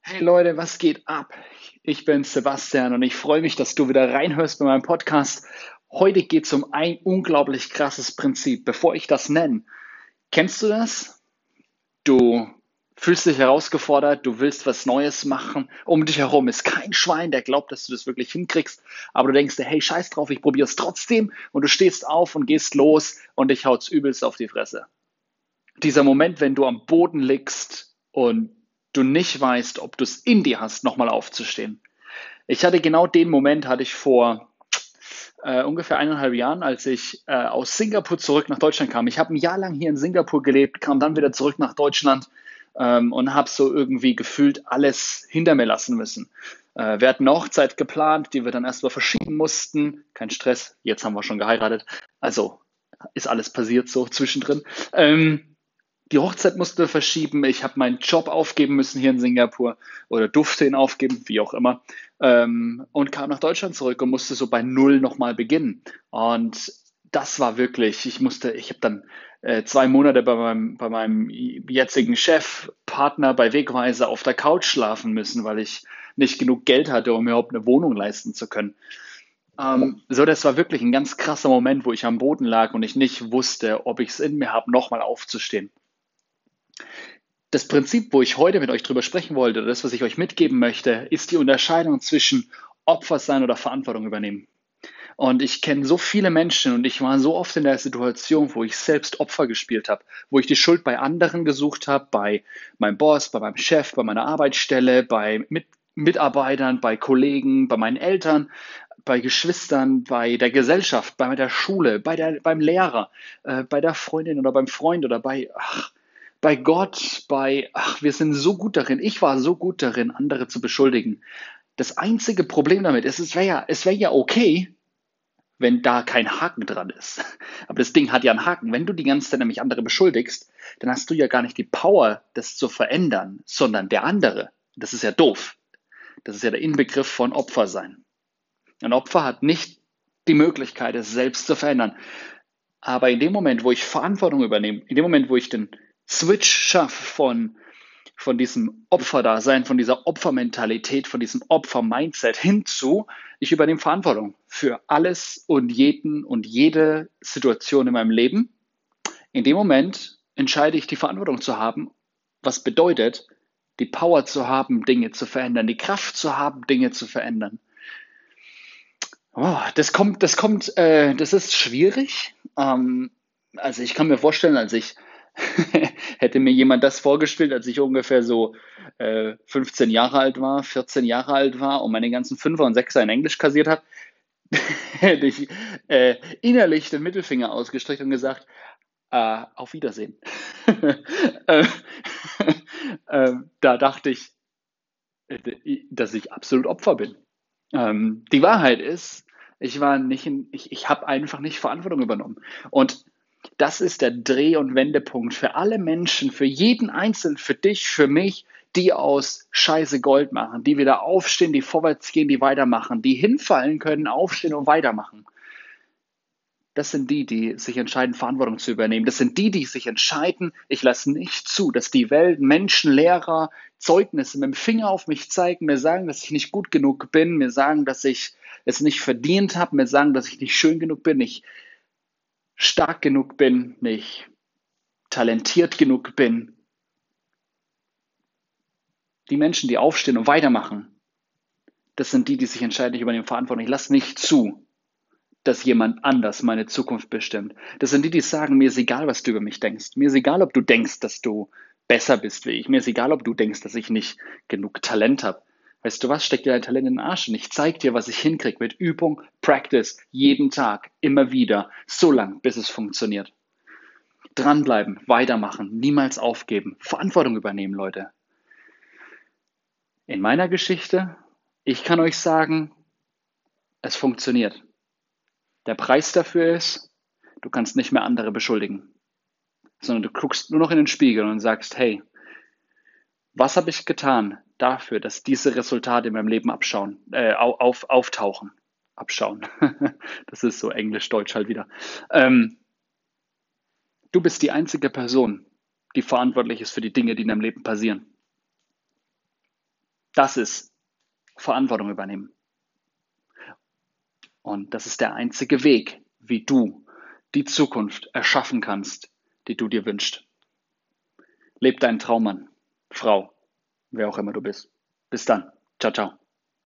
Hey Leute, was geht ab? Ich bin Sebastian und ich freue mich, dass du wieder reinhörst bei meinem Podcast. Heute geht es um ein unglaublich krasses Prinzip. Bevor ich das nenne, kennst du das? Du fühlst dich herausgefordert, du willst was Neues machen. Um dich herum ist kein Schwein, der glaubt, dass du das wirklich hinkriegst. Aber du denkst dir, hey, scheiß drauf, ich probiere es trotzdem. Und du stehst auf und gehst los und dich haut's übelst auf die Fresse. Dieser Moment, wenn du am Boden liegst und du nicht weißt, ob du es in dir hast, nochmal aufzustehen. Ich hatte genau den Moment, hatte ich vor ungefähr 1,5 Jahren, als ich aus Singapur zurück nach Deutschland kam. Ich habe ein Jahr lang hier in Singapur gelebt, kam dann wieder zurück nach Deutschland und habe so irgendwie gefühlt alles hinter mir lassen müssen. Wir hatten eine Hochzeit geplant, die wir dann erstmal verschieben mussten. Kein Stress, jetzt haben wir schon geheiratet. Also ist alles passiert so zwischendrin. Die Hochzeit mussten wir verschieben. Ich habe meinen Job aufgeben müssen hier in Singapur oder durfte ihn aufgeben, wie auch immer. Und kam nach Deutschland zurück und musste so bei Null nochmal beginnen. Und das war wirklich, ich habe dann 2 Monate bei meinem jetzigen Chef, Partner bei Wegweiser auf der Couch schlafen müssen, weil ich nicht genug Geld hatte, um mir überhaupt eine Wohnung leisten zu können. So, das war wirklich ein ganz krasser Moment, wo ich am Boden lag und ich nicht wusste, ob ich es in mir habe, nochmal aufzustehen. Das Prinzip, wo ich heute mit euch drüber sprechen wollte, oder das, was ich euch mitgeben möchte, ist die Unterscheidung zwischen Opfer sein oder Verantwortung übernehmen. Und ich kenne so viele Menschen und ich war so oft in der Situation, wo ich selbst Opfer gespielt habe, wo ich die Schuld bei anderen gesucht habe, bei meinem Boss, bei meinem Chef, bei meiner Arbeitsstelle, bei Mitarbeitern, bei Kollegen, bei meinen Eltern, bei Geschwistern, bei der Gesellschaft, bei der Schule, beim Lehrer, bei der Freundin oder beim Freund oder bei Gott, wir sind so gut darin, ich war so gut darin, andere zu beschuldigen. Das einzige Problem damit ist, es wär ja okay, wenn da kein Haken dran ist. Aber das Ding hat ja einen Haken. Wenn du die ganze Zeit nämlich andere beschuldigst, dann hast du ja gar nicht die Power, das zu verändern, sondern der andere. Das ist ja doof. Das ist ja der Inbegriff von Opfer sein. Ein Opfer hat nicht die Möglichkeit, es selbst zu verändern. Aber in dem Moment, wo ich Verantwortung übernehme, in dem Moment, wo ich den Switch schaffe von diesem Opferdasein, von dieser Opfermentalität, von diesem Opfer-Mindset hinzu, ich übernehme Verantwortung für alles und jeden und jede Situation in meinem Leben. In dem Moment entscheide ich, die Verantwortung zu haben, was bedeutet, die Power zu haben, Dinge zu verändern, die Kraft zu haben, Dinge zu verändern. Das ist schwierig. Also ich kann mir vorstellen, hätte mir jemand das vorgespielt, als ich ungefähr so 15 Jahre alt war, 14 Jahre alt war und meine ganzen Fünfer und Sechser in Englisch kassiert habe, hätte ich innerlich den Mittelfinger ausgestreckt und gesagt, auf Wiedersehen. äh, Da dachte ich, dass ich absolut Opfer bin. Die Wahrheit ist, ich habe einfach nicht Verantwortung übernommen. Und das ist der Dreh- und Wendepunkt für alle Menschen, für jeden Einzelnen, für dich, für mich, die aus Scheiße Gold machen, die wieder aufstehen, die vorwärts gehen, die weitermachen, die hinfallen können, aufstehen und weitermachen. Das sind die, die sich entscheiden, Verantwortung zu übernehmen. Das sind die, die sich entscheiden, ich lasse nicht zu, dass die Welt, Menschen, Lehrer, Zeugnisse mit dem Finger auf mich zeigen, mir sagen, dass ich nicht gut genug bin, mir sagen, dass ich es nicht verdient habe, mir sagen, dass ich nicht schön genug bin, nicht stark genug bin, nicht talentiert genug bin. Die Menschen, die aufstehen und weitermachen, das sind die, die sich entscheiden, ich übernehme Verantwortung. Ich lasse nicht zu, dass jemand anders meine Zukunft bestimmt. Das sind die, die sagen, mir ist egal, was du über mich denkst. Mir ist egal, ob du denkst, dass du besser bist wie ich. Mir ist egal, ob du denkst, dass ich nicht genug Talent habe. Weißt du was, steck dir dein Talent in den Arsch und ich zeig dir, was ich hinkriege mit Übung, Practice, jeden Tag, immer wieder, so lang, bis es funktioniert. Dranbleiben, weitermachen, niemals aufgeben, Verantwortung übernehmen, Leute. In meiner Geschichte, ich kann euch sagen, es funktioniert. Der Preis dafür ist, du kannst nicht mehr andere beschuldigen, sondern du guckst nur noch in den Spiegel und sagst, hey, was habe ich getan dafür, dass diese Resultate in meinem Leben auftauchen? Abschauen. Das ist so Englisch-Deutsch halt wieder. Ähm, Du bist die einzige Person, die verantwortlich ist für die Dinge, die in deinem Leben passieren. Das ist Verantwortung übernehmen. Und das ist der einzige Weg, wie du die Zukunft erschaffen kannst, die du dir wünschst. Leb deinen Traum, Mann, Frau, wer auch immer du bist. Bis dann. Ciao, ciao.